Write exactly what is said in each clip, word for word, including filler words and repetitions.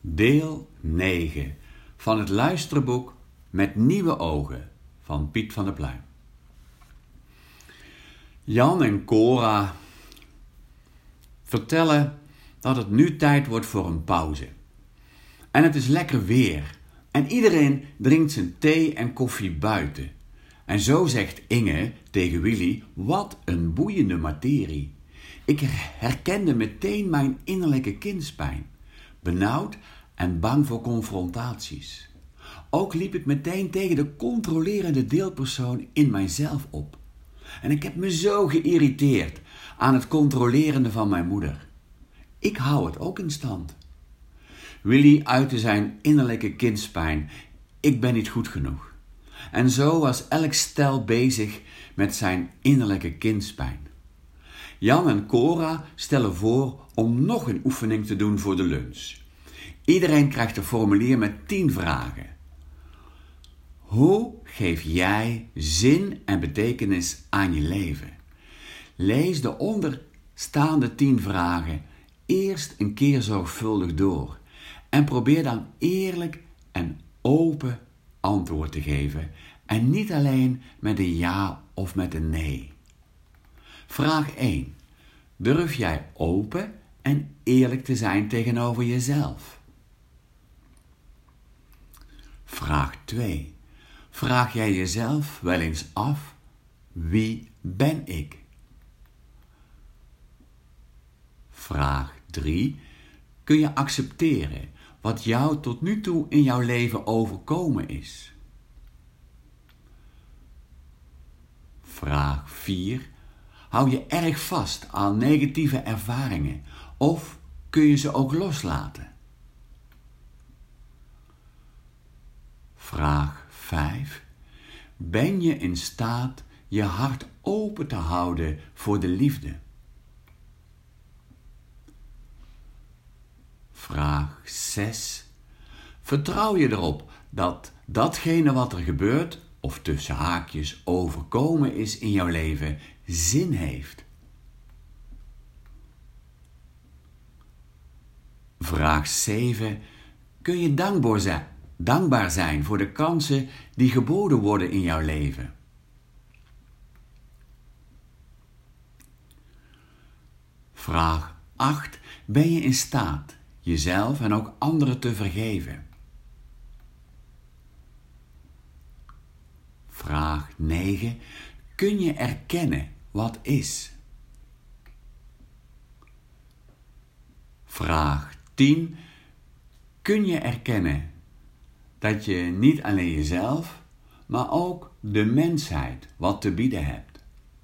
Deel negen van het luisterboek Met Nieuwe Ogen van Piet van der Pluijm. Jan en Cora vertellen dat het nu tijd wordt voor een pauze. En het is lekker weer en iedereen drinkt zijn thee en koffie buiten. En zo zegt Inge tegen Willy: wat een boeiende materie. Ik herkende meteen mijn innerlijke kindspijn. Benauwd en bang voor confrontaties. Ook liep ik meteen tegen de controlerende deelpersoon in mijzelf op. En ik heb me zo geïrriteerd aan het controlerende van mijn moeder. Ik hou het ook in stand. Willy uitte zijn innerlijke kindspijn. Ik ben niet goed genoeg. En zo was elk stel bezig met zijn innerlijke kindspijn. Jan en Cora stellen voor om nog een oefening te doen voor de lunch. Iedereen krijgt een formulier met tien vragen. Hoe geef jij zin en betekenis aan je leven? Lees de onderstaande tien vragen eerst een keer zorgvuldig door en probeer dan eerlijk en open antwoord te geven en niet alleen met een ja of met een nee. Vraag één. Durf jij open en eerlijk te zijn tegenover jezelf? Vraag twee. Vraag jij jezelf wel eens af: wie ben ik? Vraag drie. Kun je accepteren wat jou tot nu toe in jouw leven overkomen is? Vraag vier. Hou je erg vast aan negatieve ervaringen of kun je ze ook loslaten? Vraag vijf. Ben je in staat je hart open te houden voor de liefde? Vraag zes. Vertrouw je erop dat datgene wat er gebeurt, of tussen haakjes overkomen is in jouw leven, zin heeft? Vraag zeven. Kun je dankbaar zijn, dankbaar zijn voor de kansen die geboden worden in jouw leven? Vraag acht. Ben je in staat jezelf en ook anderen te vergeven? Vraag negen. Kun je erkennen wat is? Vraag tien. Kun je erkennen dat je niet alleen jezelf, maar ook de mensheid wat te bieden hebt?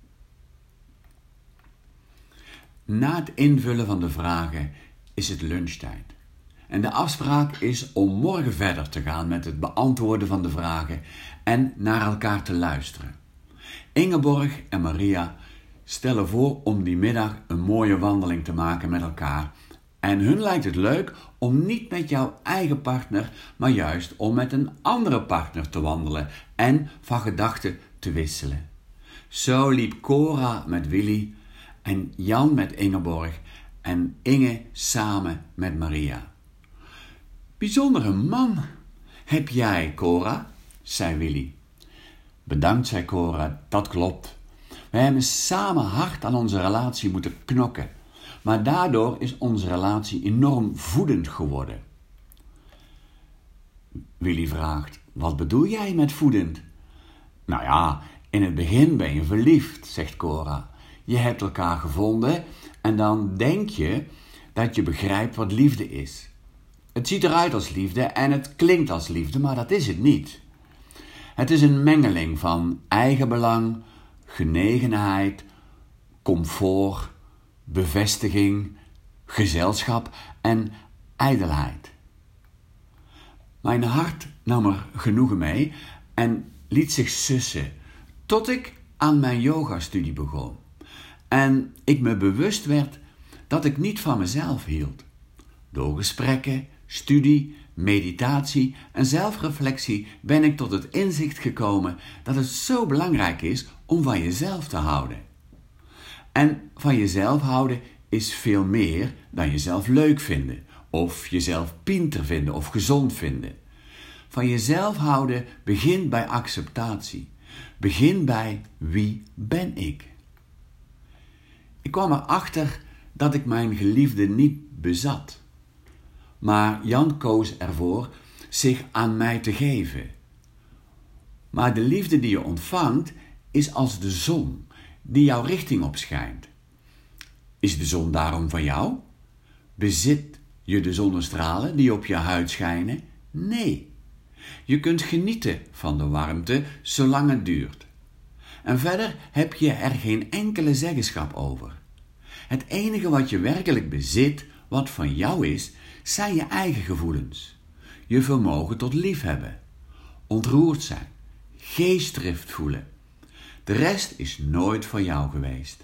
Na het invullen van de vragen is het lunchtijd. En de afspraak is om morgen verder te gaan met het beantwoorden van de vragen en naar elkaar te luisteren. Ingeborg en Maria stellen voor om die middag een mooie wandeling te maken met elkaar. En hun lijkt het leuk om niet met jouw eigen partner, maar juist om met een andere partner te wandelen en van gedachten te wisselen. Zo liep Cora met Willy en Jan met Ingeborg en Inge samen met Maria. Bijzondere man heb jij, Cora, zei Willy. Bedankt, zei Cora, dat klopt. Wij hebben samen hard aan onze relatie moeten knokken. Maar daardoor is onze relatie enorm voedend geworden. Willy vraagt: wat bedoel jij met voedend? Nou ja, in het begin ben je verliefd, zegt Cora. Je hebt elkaar gevonden en dan denk je dat je begrijpt wat liefde is. Het ziet eruit als liefde en het klinkt als liefde, maar dat is het niet. Het is een mengeling van eigenbelang, genegenheid, comfort, bevestiging, gezelschap en ijdelheid. Mijn hart nam er genoegen mee en liet zich sussen, tot ik aan mijn yogastudie begon. En ik me bewust werd dat ik niet van mezelf hield. Door gesprekken, studie, meditatie en zelfreflectie ben ik tot het inzicht gekomen dat het zo belangrijk is om van jezelf te houden. En van jezelf houden is veel meer dan jezelf leuk vinden of jezelf pinter vinden of gezond vinden. Van jezelf houden begint bij acceptatie. Begin bij wie ben ik? Ik kwam erachter dat ik mijn geliefde niet bezat. Maar Jan koos ervoor zich aan mij te geven. Maar de liefde die je ontvangt is als de zon die jouw richting opschijnt. Is de zon daarom van jou? Bezit je de zonnestralen die op je huid schijnen? Nee. Je kunt genieten van de warmte zolang het duurt. En verder heb je er geen enkele zeggenschap over. Het enige wat je werkelijk bezit, wat van jou is, zijn je eigen gevoelens. Je vermogen tot liefhebben, ontroerd zijn, geestdrift voelen. De rest is nooit van jou geweest.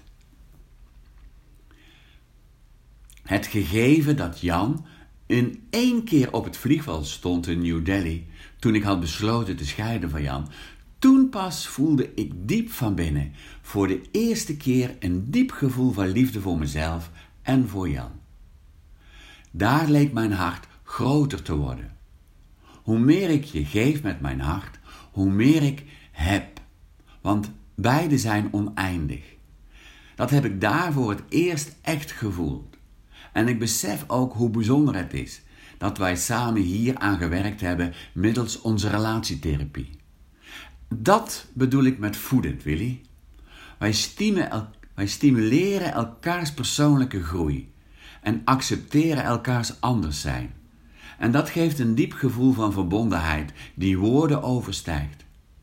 Het gegeven dat Jan in één keer op het vliegveld stond in New Delhi, toen ik had besloten te scheiden van Jan, toen pas voelde ik diep van binnen voor de eerste keer een diep gevoel van liefde voor mezelf en voor Jan. Daar leek mijn hart groter te worden. Hoe meer ik je geef met mijn hart, hoe meer ik heb. Want beide zijn oneindig. Dat heb ik daar voor het eerst echt gevoeld. En ik besef ook hoe bijzonder het is dat wij samen hier aan gewerkt hebben middels onze relatietherapie. Dat bedoel ik met voedend, Willy. Wij, stimu- wij stimuleren elkaars persoonlijke groei en accepteren elkaars anders zijn. En dat geeft een diep gevoel van verbondenheid die woorden overstijgt.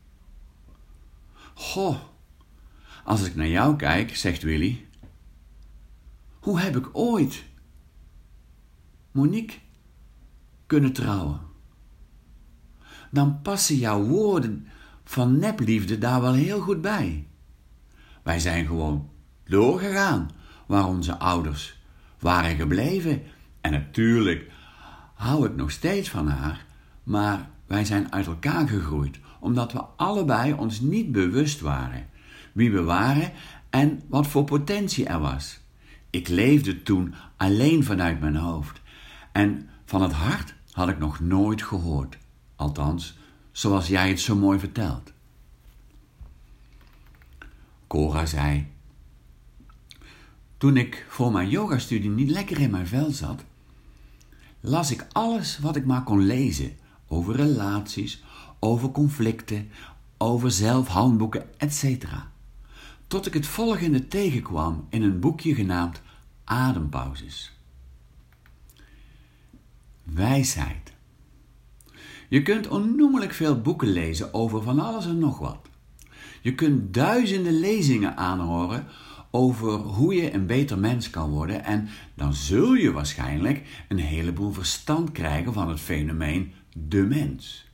Goh, als ik naar jou kijk, zegt Willy, hoe heb ik ooit Monique kunnen trouwen? Dan passen jouw woorden van nepliefde daar wel heel goed bij. Wij zijn gewoon doorgegaan waar onze ouders waren gebleven. En natuurlijk hou ik nog steeds van haar, maar wij zijn uit elkaar gegroeid, omdat we allebei ons niet bewust waren wie we waren en wat voor potentie er was. Ik leefde toen alleen vanuit mijn hoofd en van het hart had ik nog nooit gehoord. Althans, zoals jij het zo mooi vertelt. Cora zei, toen ik voor mijn yogastudie niet lekker in mijn vel zat, las ik alles wat ik maar kon lezen over relaties, over conflicten, over zelfhandboeken, et cetera. Tot ik het volgende tegenkwam in een boekje genaamd Adempauzes. Wijsheid. Je kunt onnoemelijk veel boeken lezen over van alles en nog wat. Je kunt duizenden lezingen aanhoren over hoe je een beter mens kan worden en dan zul je waarschijnlijk een heleboel verstand krijgen van het fenomeen de mens.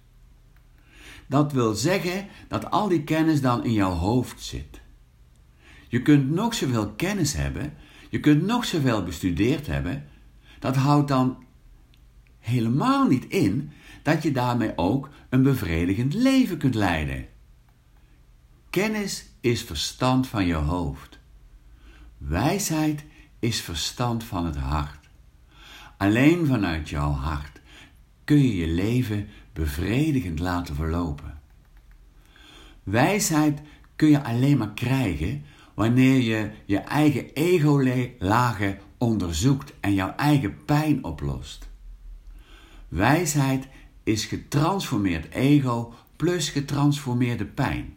Dat wil zeggen dat al die kennis dan in jouw hoofd zit. Je kunt nog zoveel kennis hebben, je kunt nog zoveel bestudeerd hebben, dat houdt dan helemaal niet in dat je daarmee ook een bevredigend leven kunt leiden. Kennis is verstand van je hoofd. Wijsheid is verstand van het hart. Alleen vanuit jouw hart kun je je leven bevredigend laten verlopen. Wijsheid kun je alleen maar krijgen wanneer je je eigen ego-lagen onderzoekt en jouw eigen pijn oplost. Wijsheid is getransformeerd ego plus getransformeerde pijn.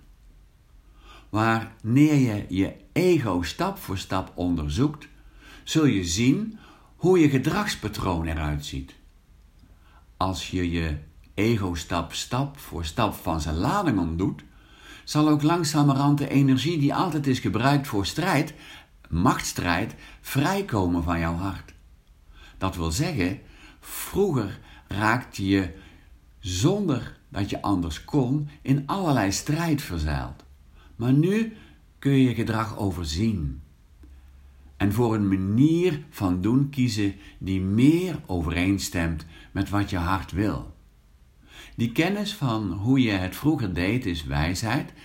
Wanneer je je ego stap voor stap onderzoekt, zul je zien hoe je gedragspatroon eruit ziet. Als je je ego stap, stap voor stap van zijn lading ontdoet, zal ook langzamerhand de energie die altijd is gebruikt voor strijd, machtsstrijd, vrijkomen van jouw hart. Dat wil zeggen, vroeger raakte je zonder dat je anders kon in allerlei strijd verzeild. Maar nu kun je je gedrag overzien en voor een manier van doen kiezen die meer overeenstemt met wat je hart wil. Die kennis van hoe je het vroeger deed is wijsheid.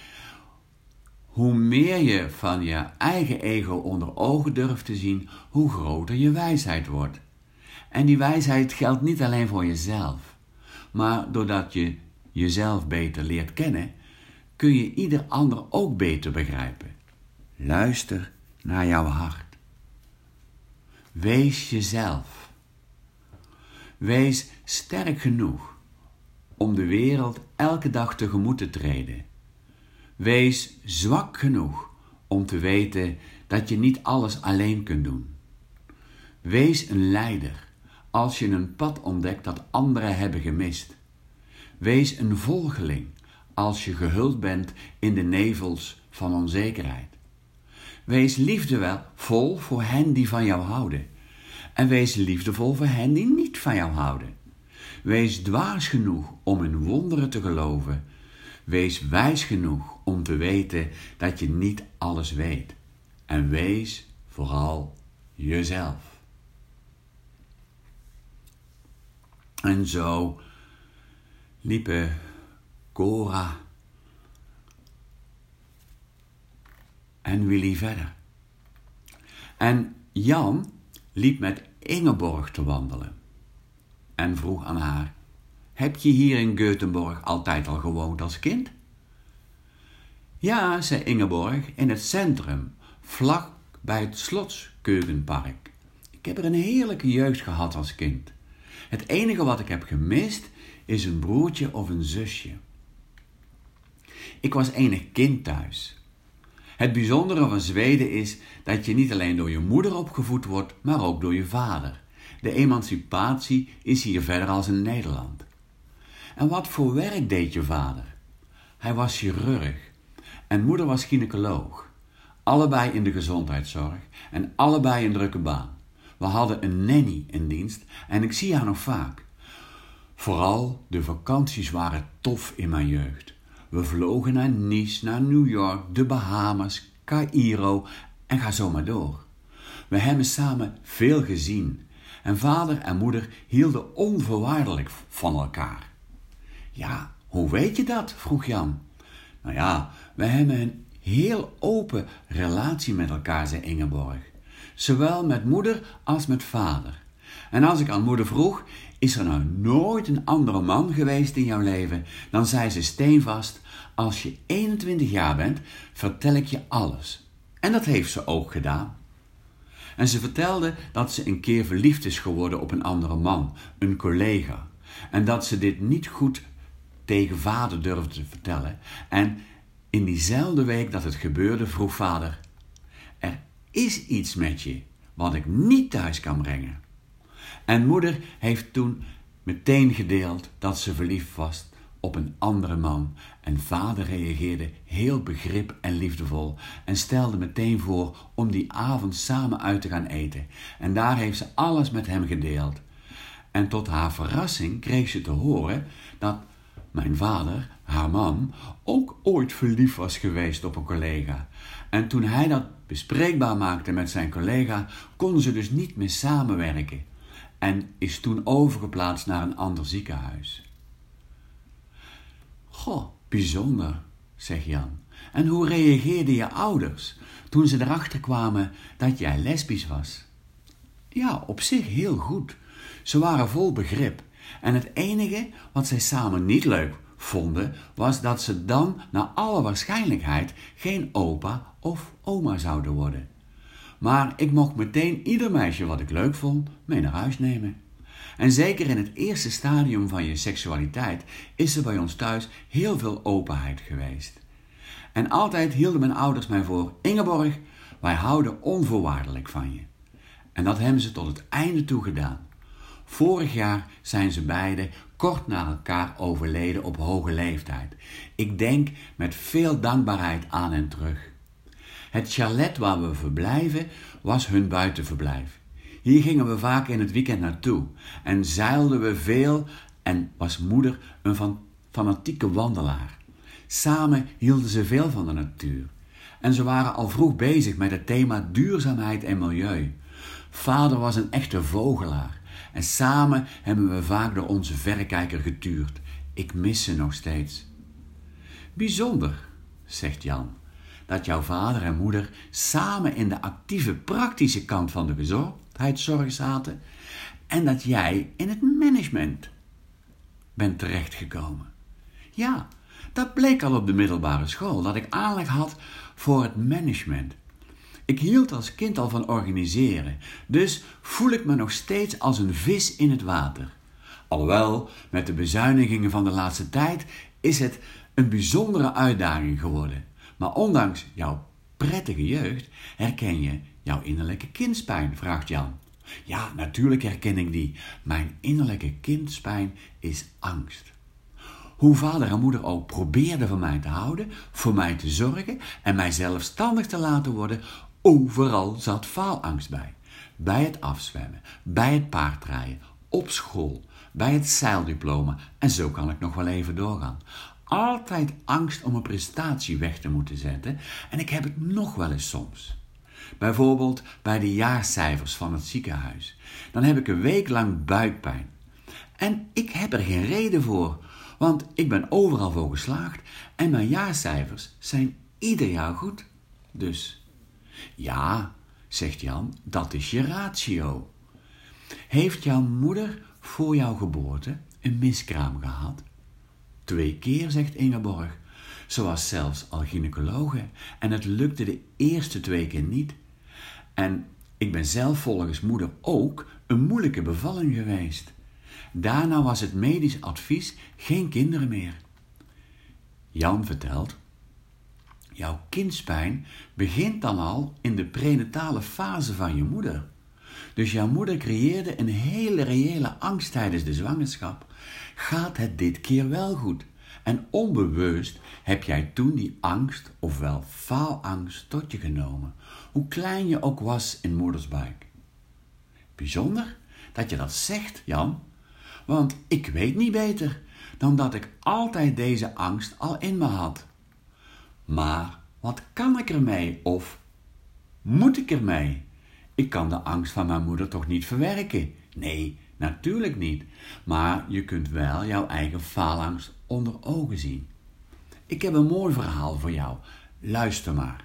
Hoe meer je van je eigen ego onder ogen durft te zien, hoe groter je wijsheid wordt. En die wijsheid geldt niet alleen voor jezelf, maar doordat je jezelf beter leert kennen, kun je ieder ander ook beter begrijpen. Luister naar jouw hart. Wees jezelf. Wees sterk genoeg om de wereld elke dag tegemoet te treden. Wees zwak genoeg om te weten dat je niet alles alleen kunt doen. Wees een leider als je een pad ontdekt dat anderen hebben gemist. Wees een volgeling als je gehuld bent in de nevels van onzekerheid. Wees liefdevol voor hen die van jou houden. En wees liefdevol voor hen die niet van jou houden. Wees dwaas genoeg om in wonderen te geloven. Wees wijs genoeg om te weten dat je niet alles weet. En wees vooral jezelf. En zo liepen Cora en Willy verder. En Jan liep met Ingeborg te wandelen en vroeg aan haar: heb je hier in Göteborg altijd al gewoond als kind? Ja, zei Ingeborg, in het centrum, vlak bij het Slotskeukenpark. Ik heb er een heerlijke jeugd gehad als kind. Het enige wat ik heb gemist is een broertje of een zusje. Ik was enig kind thuis. Het bijzondere van Zweden is dat je niet alleen door je moeder opgevoed wordt, maar ook door je vader. De emancipatie is hier verder als in Nederland. En wat voor werk deed je vader? Hij was chirurg en moeder was gynaecoloog. Allebei in de gezondheidszorg en allebei een drukke baan. We hadden een nanny in dienst en ik zie haar nog vaak. Vooral de vakanties waren tof in mijn jeugd. We vlogen naar Nice, naar New York, de Bahamas, Caïro en ga zo maar door. We hebben samen veel gezien en vader en moeder hielden onvoorwaardelijk van elkaar. Ja, hoe weet je dat? Vroeg Jan. Nou ja, we hebben een heel open relatie met elkaar, zei Ingeborg. Zowel met moeder als met vader. En als ik aan moeder vroeg, is er nou nooit een andere man geweest in jouw leven? Dan zei ze steenvast: als je eenentwintig jaar bent, vertel ik je alles. En dat heeft ze ook gedaan. En ze vertelde dat ze een keer verliefd is geworden op een andere man, een collega. En dat ze dit niet goed tegen vader durfde te vertellen. En in diezelfde week dat het gebeurde, vroeg vader: er is iets met je wat ik niet thuis kan brengen. En moeder heeft toen meteen gedeeld dat ze verliefd was op een andere man. En vader reageerde heel begrip en liefdevol en stelde meteen voor om die avond samen uit te gaan eten. En daar heeft ze alles met hem gedeeld. En tot haar verrassing kreeg ze te horen dat mijn vader, haar man, ook ooit verliefd was geweest op een collega. En toen hij dat bespreekbaar maakte met zijn collega, konden ze dus niet meer samenwerken. En is toen overgeplaatst naar een ander ziekenhuis. Goh, bijzonder, zegt Jan. En hoe reageerden je ouders toen ze erachter kwamen dat jij lesbisch was? Ja, op zich heel goed. Ze waren vol begrip. En het enige wat zij samen niet leuk vonden, was dat ze dan naar alle waarschijnlijkheid geen opa of oma zouden worden. Maar ik mocht meteen ieder meisje wat ik leuk vond mee naar huis nemen. En zeker in het eerste stadium van je seksualiteit is er bij ons thuis heel veel openheid geweest. En altijd hielden mijn ouders mij voor: Ingeborg, wij houden onvoorwaardelijk van je. En dat hebben ze tot het einde toe gedaan. Vorig jaar zijn ze beiden kort na elkaar overleden op hoge leeftijd. Ik denk met veel dankbaarheid aan hen terug. Het chalet waar we verblijven was hun buitenverblijf. Hier gingen we vaak in het weekend naartoe en zeilden we veel en was moeder een van, fanatieke wandelaar. Samen hielden ze veel van de natuur en ze waren al vroeg bezig met het thema duurzaamheid en milieu. Vader was een echte vogelaar en samen hebben we vaak door onze verrekijker getuurd. Ik mis ze nog steeds. Bijzonder, zegt Jan, dat jouw vader en moeder samen in de actieve praktische kant van de gezondheidszorg zaten en dat jij in het management bent terechtgekomen. Ja, dat bleek al op de middelbare school, dat ik aanleg had voor het management. Ik hield als kind al van organiseren, dus voel ik me nog steeds als een vis in het water. Alhoewel, met de bezuinigingen van de laatste tijd is het een bijzondere uitdaging geworden. Maar ondanks jouw prettige jeugd herken je jouw innerlijke kindspijn, vraagt Jan. Ja, natuurlijk herken ik die. Mijn innerlijke kindspijn is angst. Hoe vader en moeder ook probeerden van mij te houden, voor mij te zorgen en mij zelfstandig te laten worden, overal zat faalangst bij. Bij het afzwemmen, bij het paardrijden, op school, bij het zeildiploma en zo kan ik nog wel even doorgaan. Altijd angst om een prestatie weg te moeten zetten en ik heb het nog wel eens soms. Bijvoorbeeld bij de jaarcijfers van het ziekenhuis. Dan heb ik een week lang buikpijn. En ik heb er geen reden voor, want ik ben overal voor geslaagd en mijn jaarcijfers zijn ieder jaar goed. Dus, ja, zegt Jan, dat is je ratio. Heeft jouw moeder voor jouw geboorte een miskraam gehad? Twee keer, zegt Ingeborg. Ze was zelfs al gynaecologe en het lukte de eerste twee keer niet. En ik ben zelf volgens moeder ook een moeilijke bevalling geweest. Daarna was het medisch advies geen kinderen meer. Jan vertelt, jouw kindspijn begint dan al in de prenatale fase van je moeder. Dus jouw moeder creëerde een hele reële angst tijdens de zwangerschap. Gaat het dit keer wel goed? En onbewust heb jij toen die angst, ofwel faalangst, tot je genomen. Hoe klein je ook was in moeders buik. Bijzonder dat je dat zegt, Jan. Want ik weet niet beter dan dat ik altijd deze angst al in me had. Maar wat kan ik ermee? Of moet ik ermee? Ik kan de angst van mijn moeder toch niet verwerken? Nee, natuurlijk niet. Maar je kunt wel jouw eigen faalangst onder ogen zien. Ik heb een mooi verhaal voor jou. Luister maar.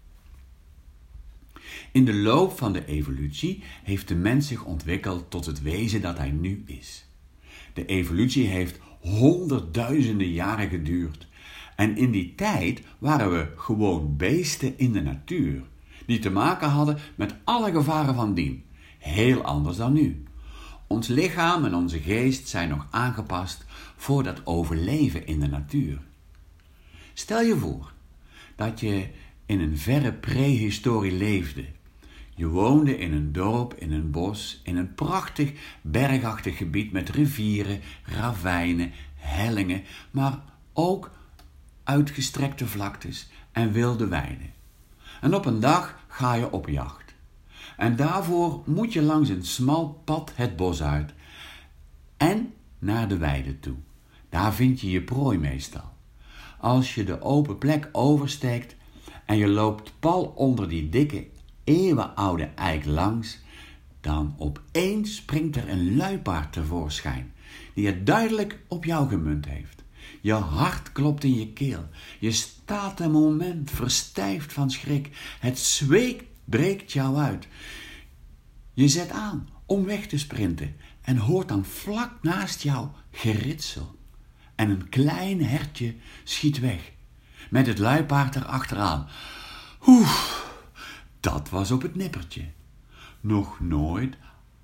In de loop van de evolutie heeft de mens zich ontwikkeld tot het wezen dat hij nu is. De evolutie heeft honderdduizenden jaren geduurd. En in die tijd waren we gewoon beesten in de natuur, die te maken hadden met alle gevaren van dien. Heel anders dan nu. Ons lichaam en onze geest zijn nog aangepast voor dat overleven in de natuur. Stel je voor dat je in een verre prehistorie leefde. Je woonde in een dorp, in een bos, in een prachtig bergachtig gebied met rivieren, ravijnen, hellingen, maar ook uitgestrekte vlaktes en wilde weiden. En op een dag ga je op jacht. En daarvoor moet je langs een smal pad het bos uit en naar de weide toe. Daar vind je je prooi meestal. Als je de open plek oversteekt en je loopt pal onder die dikke, eeuwenoude eik langs, dan opeens springt er een luipaard tevoorschijn, die het duidelijk op jou gemunt heeft. Je hart klopt in je keel. Je staat een moment verstijfd van schrik. Het zweet breekt jou uit. Je zet aan om weg te sprinten en hoort dan vlak naast jou geritsel. En een klein hertje schiet weg, met het luipaard erachteraan. Oeh, dat was op het nippertje. Nog nooit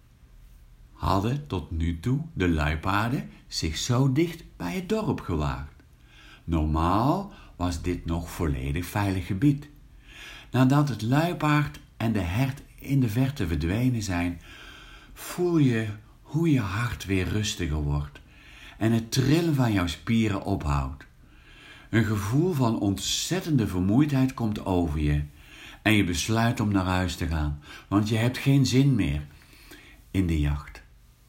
hadden tot nu toe de luipaarden zich zo dicht bij het dorp gewaagd. Normaal was dit nog volledig veilig gebied. Nadat het luipaard en de hert in de verte verdwenen zijn, voel je hoe je hart weer rustiger wordt en het trillen van jouw spieren ophoudt. Een gevoel van ontzettende vermoeidheid komt over je en je besluit om naar huis te gaan, want je hebt geen zin meer in de jacht.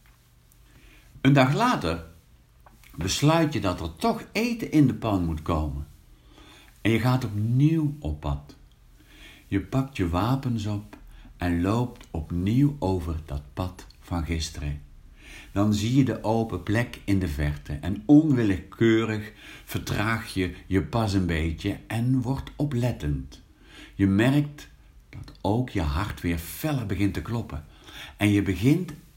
Een dag later besluit je dat er toch eten in de pan moet komen. En je gaat opnieuw op pad. Je pakt je wapens op en loopt opnieuw over dat pad van gisteren. Dan zie je de open plek in de verte en onwillekeurig vertraag je je pas een beetje en wordt oplettend. Je merkt dat ook je hart weer feller begint te kloppen en je begint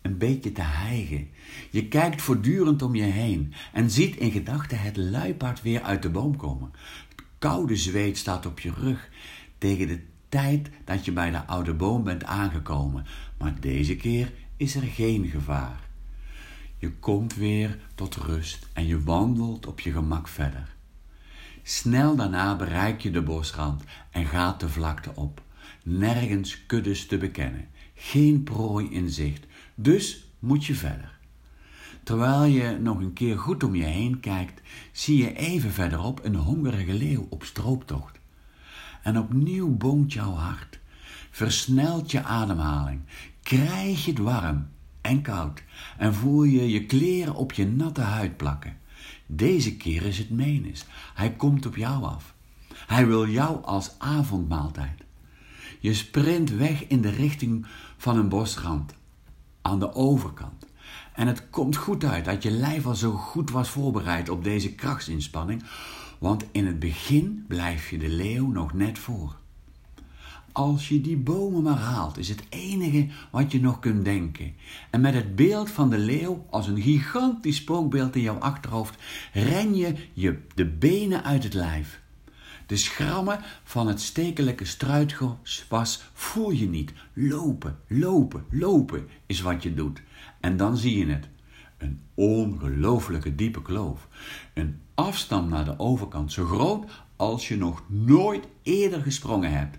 een beetje te hijgen. Je kijkt voortdurend om je heen en ziet in gedachten het luipaard weer uit de boom komen. Het koude zweet staat op je rug tegen de tijd dat je bij de oude boom bent aangekomen. Maar deze keer is er geen gevaar. Je komt weer tot rust en je wandelt op je gemak verder. Snel daarna bereik je de bosrand en gaat de vlakte op. Nergens kuddes te bekennen, geen prooi in zicht, dus moet je verder. Terwijl je nog een keer goed om je heen kijkt, zie je even verderop een hongerige leeuw op strooptocht. En opnieuw boomt jouw hart, versnelt je ademhaling, krijg je het warm en koud en voel je je kleren op je natte huid plakken. Deze keer is het menens, hij komt op jou af. Hij wil jou als avondmaaltijd. Je sprint weg in de richting van een bosrand, aan de overkant. En het komt goed uit dat je lijf al zo goed was voorbereid op deze krachtsinspanning, want in het begin blijf je de leeuw nog net voor. Als je die bomen maar haalt, is het enige wat je nog kunt denken. En met het beeld van de leeuw als een gigantisch spookbeeld in jouw achterhoofd, ren je je de benen uit het lijf. De schrammen van het stekelijke struikgewas voel je niet. Lopen, lopen, lopen is wat je doet. En dan zie je het. Een ongelooflijke diepe kloof. Een afstand naar de overkant zo groot als je nog nooit eerder gesprongen hebt.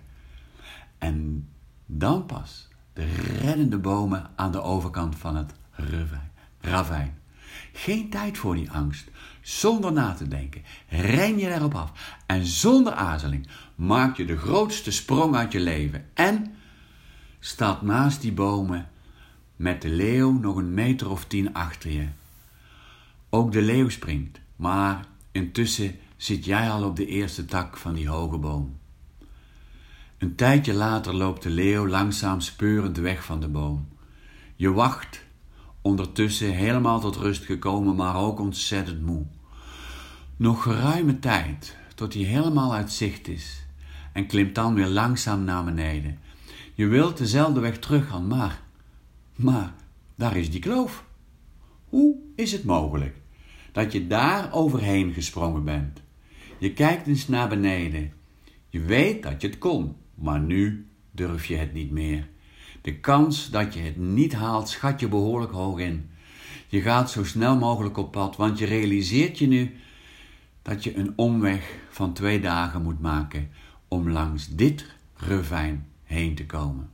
En dan pas de reddende bomen aan de overkant van het ravijn. Geen tijd voor die angst. Zonder na te denken, ren je erop af. En zonder aarzeling maak je de grootste sprong uit je leven. En staat naast die bomen met de leeuw nog een meter of tien achter je. Ook de leeuw springt, maar intussen zit jij al op de eerste tak van die hoge boom. Een tijdje later loopt de leeuw langzaam speurend weg van de boom. Je wacht, ondertussen helemaal tot rust gekomen, maar ook ontzettend moe. Nog geruime tijd, tot hij helemaal uit zicht is en klimt dan weer langzaam naar beneden. Je wilt dezelfde weg teruggaan, maar, maar, daar is die kloof. Hoe is het mogelijk dat je daar overheen gesprongen bent? Je kijkt eens naar beneden. Je weet dat je het kon, maar nu durf je het niet meer. De kans dat je het niet haalt schat je behoorlijk hoog in. Je gaat zo snel mogelijk op pad, want je realiseert je nu dat je een omweg van twee dagen moet maken om langs dit ravijn heen te komen.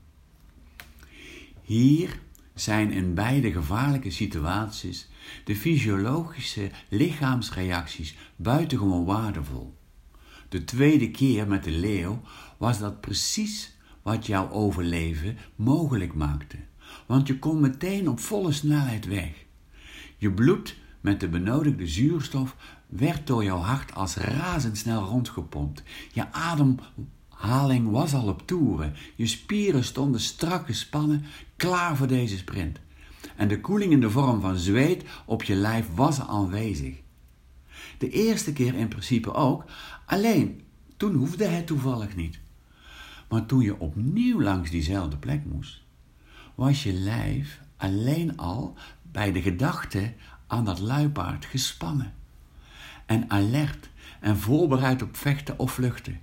Hier zijn in beide gevaarlijke situaties de fysiologische lichaamsreacties buitengewoon waardevol. De tweede keer met de leeuw was dat precies wat jouw overleven mogelijk maakte, want je kon meteen op volle snelheid weg. Je bloed met de benodigde zuurstof werd door jouw hart als razendsnel rondgepompt. Je ademhaling was al op toeren. Je spieren stonden strak gespannen, klaar voor deze sprint. En de koeling in de vorm van zweet op je lijf was aanwezig. De eerste keer in principe ook, alleen toen hoefde het toevallig niet. Maar toen je opnieuw langs diezelfde plek moest, was je lijf alleen al bij de gedachte aan dat luipaard gespannen. En alert en voorbereid op vechten of vluchten.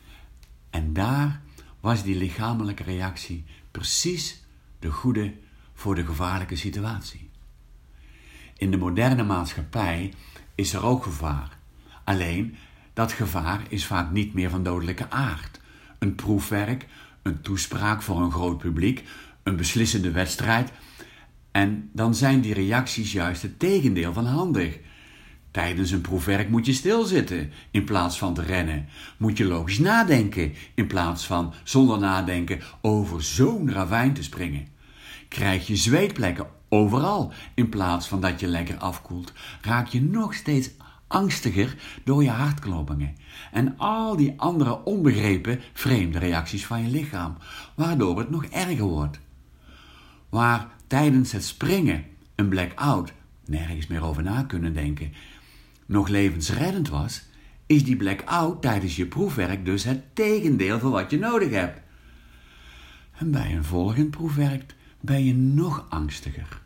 En daar was die lichamelijke reactie precies de goede voor de gevaarlijke situatie. In de moderne maatschappij is er ook gevaar. Alleen, dat gevaar is vaak niet meer van dodelijke aard. Een proefwerk, een toespraak voor een groot publiek, een beslissende wedstrijd. En dan zijn die reacties juist het tegendeel van handig. Tijdens een proefwerk moet je stilzitten in plaats van te rennen. Moet je logisch nadenken in plaats van zonder nadenken over zo'n ravijn te springen. Krijg je zweetplekken overal in plaats van dat je lekker afkoelt. Raak je nog steeds angstiger door je hartkloppingen en al die andere onbegrepen vreemde reacties van je lichaam, waardoor het nog erger wordt. Waar tijdens het springen een blackout, nergens meer over na kunnen denken, nog levensreddend was, is die blackout tijdens je proefwerk dus het tegendeel van wat je nodig hebt. En bij een volgend proefwerk ben je nog angstiger.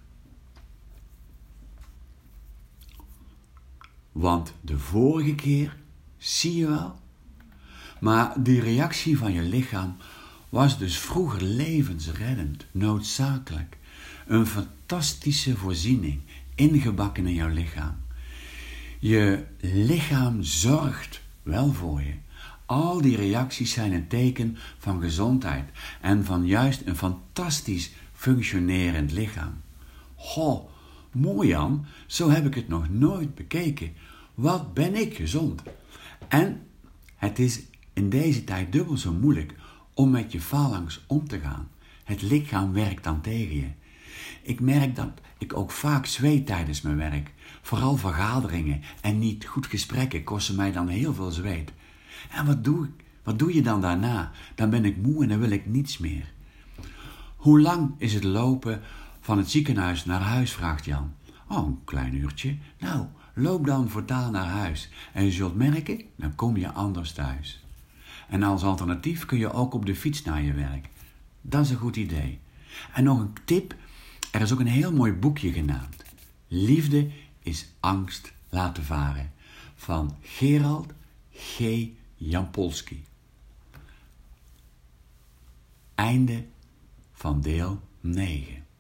Want de vorige keer, zie je wel, maar die reactie van je lichaam was dus vroeger levensreddend, noodzakelijk. Een fantastische voorziening, ingebakken in jouw lichaam. Je lichaam zorgt wel voor je. Al die reacties zijn een teken van gezondheid en van juist een fantastisch functionerend lichaam. Goh, mooi Jan, zo heb ik het nog nooit bekeken. Wat ben ik gezond? En het is in deze tijd dubbel zo moeilijk om met je phalanx om te gaan. Het lichaam werkt dan tegen je. Ik merk dat ik ook vaak zweet tijdens mijn werk. Vooral vergaderingen en niet goed gesprekken kosten mij dan heel veel zweet. En wat doe ik? Wat doe je dan daarna? Dan ben ik moe en dan wil ik niets meer. Hoe lang is het lopen van het ziekenhuis naar huis, vraagt Jan. Oh, een klein uurtje. Nou, loop dan voortaan naar huis. En je zult merken, dan kom je anders thuis. En als alternatief kun je ook op de fiets naar je werk. Dat is een goed idee. En nog een tip, er is ook een heel mooi boekje genaamd. Liefde is angst laten varen. Van Gerald G. Jampolsky. Einde van deel negen.